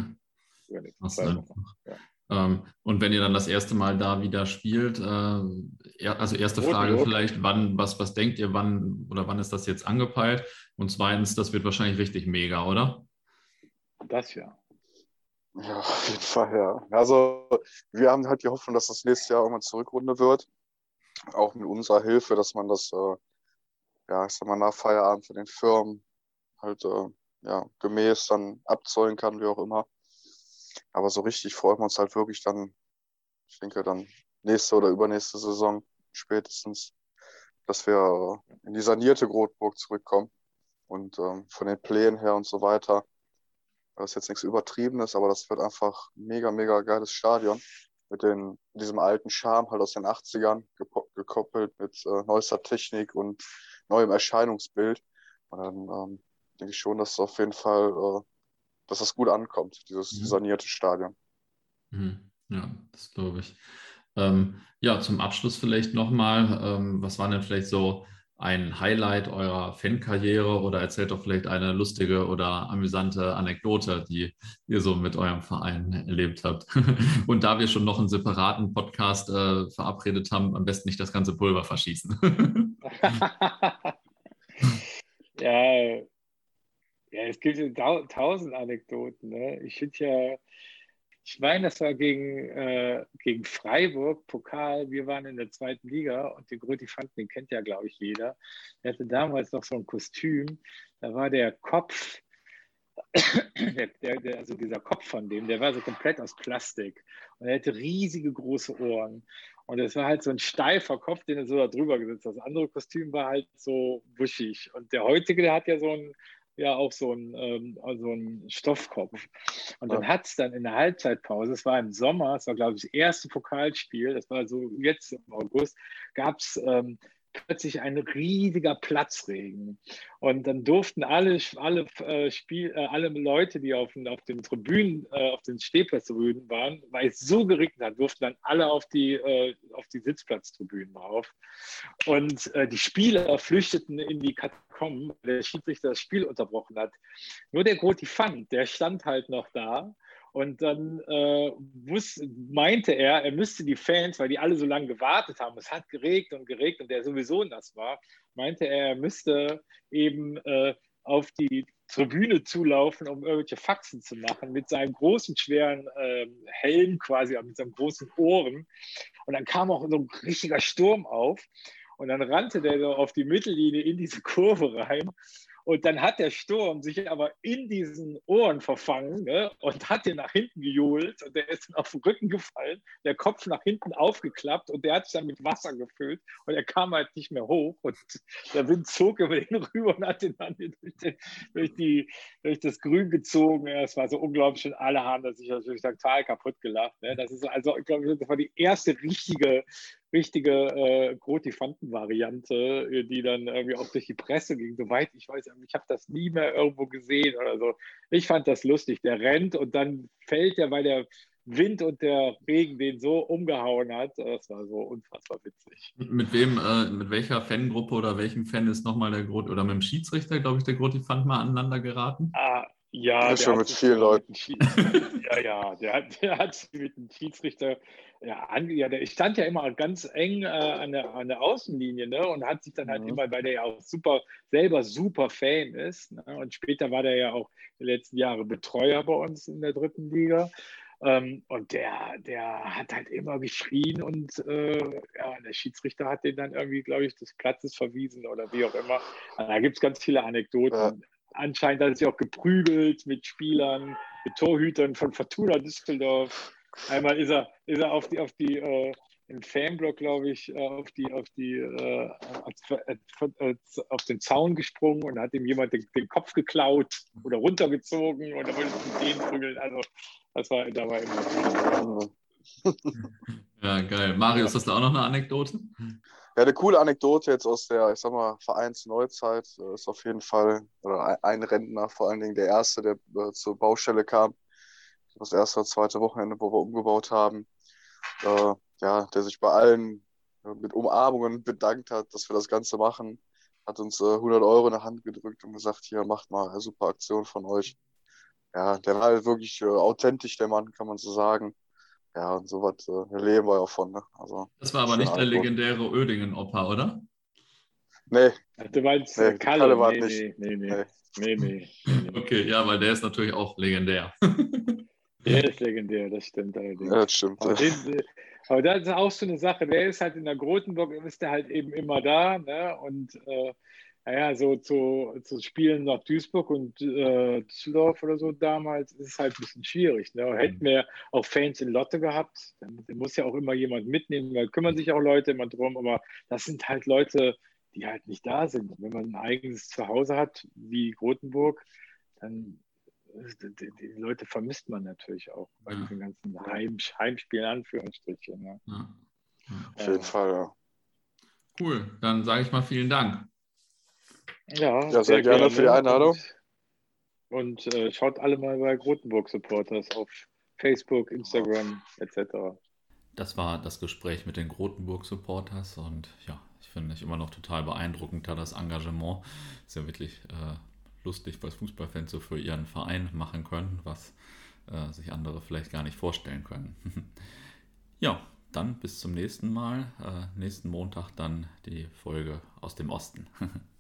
Und wenn ihr dann das erste Mal da wieder spielt, also erste Frage vielleicht, was denkt ihr, wann ist das jetzt angepeilt? Und zweitens, das wird wahrscheinlich richtig mega, oder? Das ja. Ja, auf jeden Fall, ja. Also wir haben halt die Hoffnung, dass das nächste Jahr irgendwann Zurückrunde wird. Auch mit unserer Hilfe, dass man das, ich sag mal, nach Feierabend für den Firmen halt gemäß dann abzollen kann, wie auch immer. Aber so richtig freuen wir uns halt wirklich dann, ich denke dann nächste oder übernächste Saison spätestens, dass wir in die sanierte Grotenburg zurückkommen. Und von den Plänen her und so weiter, das ist jetzt nichts Übertriebenes, aber das wird einfach ein mega, mega geiles Stadion mit diesem alten Charme halt aus den 80ern, gekoppelt mit neuester Technik und neuem Erscheinungsbild. Und dann denke ich schon, dass es auf jeden Fall, dass das gut ankommt, dieses sanierte Stadion. Ja, das glaube ich. Zum Abschluss vielleicht nochmal, was war denn vielleicht so ein Highlight eurer Fankarriere oder erzählt doch vielleicht eine lustige oder amüsante Anekdote, die ihr so mit eurem Verein erlebt habt. Und da wir schon noch einen separaten Podcast verabredet haben, am besten nicht das ganze Pulver verschießen. Ja, es gibt 1000 Anekdoten. Ne? Ich meine, das war gegen Freiburg, Pokal. Wir waren in der 2. Liga und den Gröti Funk, den kennt ja, glaube ich, jeder. Der hatte damals noch so ein Kostüm. Da war der Kopf Also dieser Kopf von dem, der war so komplett aus Plastik und er hatte riesige große Ohren. Und es war halt so ein steifer Kopf, den er so da drüber gesetzt hat. Das andere Kostüm war halt so wuschig. Und der heutige, der hat ja auch so einen Stoffkopf. Und dann hat es dann in der Halbzeitpause, es war im Sommer, es war, glaube ich, das erste Pokalspiel, das war so jetzt im August, gab es plötzlich ein riesiger Platzregen. Und dann durften alle Leute, die auf den Tribünen, auf den Stehplatztribünen waren, weil es so geregnet hat, durften dann alle auf die Sitzplatztribünen rauf. Und die Spieler flüchteten in die Katakomben, weil der Schiedsrichter das Spiel unterbrochen hat. Nur der Groti Fand, der stand halt noch da. Und dann meinte er müsste die Fans, weil die alle so lange gewartet haben, es hat geregnet und der sowieso nass war, meinte er müsste eben auf die Tribüne zulaufen, um irgendwelche Faxen zu machen, mit seinem großen, schweren Helm quasi, mit seinen großen Ohren. Und dann kam auch so ein richtiger Sturm auf. Und dann rannte der so auf die Mittellinie in diese Kurve rein. Und dann hat der Sturm sich aber in diesen Ohren verfangen, ne, und hat den nach hinten gejohlt. Und der ist dann auf den Rücken gefallen, der Kopf nach hinten aufgeklappt und der hat sich dann mit Wasser gefüllt. Und er kam halt nicht mehr hoch. Und der Wind zog über den rüber und hat den dann durch das Grün gezogen. Ja, das war so unglaublich. Und alle haben sich natürlich total kaputt gelacht. Ne. Das ist also, ich glaube, das war die erste richtige Groti-Fanten-Variante, die dann irgendwie auch durch die Presse ging. Soweit ich weiß, ich habe das nie mehr irgendwo gesehen oder so. Ich fand das lustig. Der rennt und dann fällt er, weil der Wind und der Regen den so umgehauen hat. Das war so unfassbar witzig. Mit welcher Fangruppe oder welchem Fan ist nochmal der Groti, oder mit dem Schiedsrichter, glaube ich, der Groti-Fand mal aneinander geraten? Ja, der schon mit vielen Leuten. Der hat mit dem Schiedsrichter, der stand ja immer ganz eng an der Außenlinie, ne, und hat sich dann halt immer, weil der ja auch selber super Fan ist, ne, und später war der ja auch die letzten Jahre Betreuer bei uns in der 3. Liga. Und der hat halt immer geschrien und der Schiedsrichter hat den dann irgendwie, glaube ich, des Platzes verwiesen oder wie auch immer. Also, da gibt es ganz viele Anekdoten. Ja. Anscheinend hat er sich auch geprügelt mit Spielern, mit Torhütern von Fortuna Düsseldorf. Einmal ist er im Fanblock, glaube ich, auf den Zaun gesprungen und hat ihm jemand den Kopf geklaut oder runtergezogen und er wollte es mit denen prügeln. Also da war immer. Ja, geil. Marius, hast du auch noch eine Anekdote? Ja, eine coole Anekdote jetzt aus der, ich sag mal, Vereinsneuzeit ist auf jeden Fall, oder ein Rentner, vor allen Dingen der erste, der zur Baustelle kam. Das erste oder zweite Wochenende, wo wir umgebaut haben. Der sich bei allen mit Umarmungen bedankt hat, dass wir das Ganze machen. Hat uns 100 € in der Hand gedrückt und gesagt, hier, macht mal eine super Aktion von euch. Ja, der war halt wirklich authentisch, der Mann, kann man so sagen. Ja, und sowas leben wir ja von. Ne? Also, das war aber nicht der legendäre Oerdingen-Opa, oder? Nee. Du meinst Kalle war nicht. Nee. Okay, ja, weil der ist natürlich auch legendär. Der ist legendär, das stimmt allerdings. Ja, das stimmt. Aber das ist auch so eine Sache. Der ist halt in der Grotenburg, ist der halt eben immer da. Ne? Und so zu Spielen nach Duisburg und Düsseldorf oder so damals ist es halt ein bisschen schwierig. Ne? Hätten wir auch Fans in Lotte gehabt, dann muss ja auch immer jemand mitnehmen, da kümmern sich auch Leute immer drum, aber das sind halt Leute, die halt nicht da sind. Wenn man ein eigenes Zuhause hat, wie Grotenburg, dann die Leute vermisst man natürlich auch bei diesen ganzen Heimspielen, Anführungsstrichen. Ne? Ja. Auf jeden Fall, ja. Cool, dann sage ich mal vielen Dank. Ja, sehr gerne für die Einladung. Und schaut alle mal bei Grotenburg Supporters auf Facebook, Instagram etc. Das war das Gespräch mit den Grotenburg Supporters und ja, ich finde ich immer noch total beeindruckend, da das Engagement ist ja wirklich lustig, was Fußballfans so für ihren Verein machen können, was sich andere vielleicht gar nicht vorstellen können. Ja, dann bis zum nächsten Mal. Nächsten Montag dann die Folge aus dem Osten.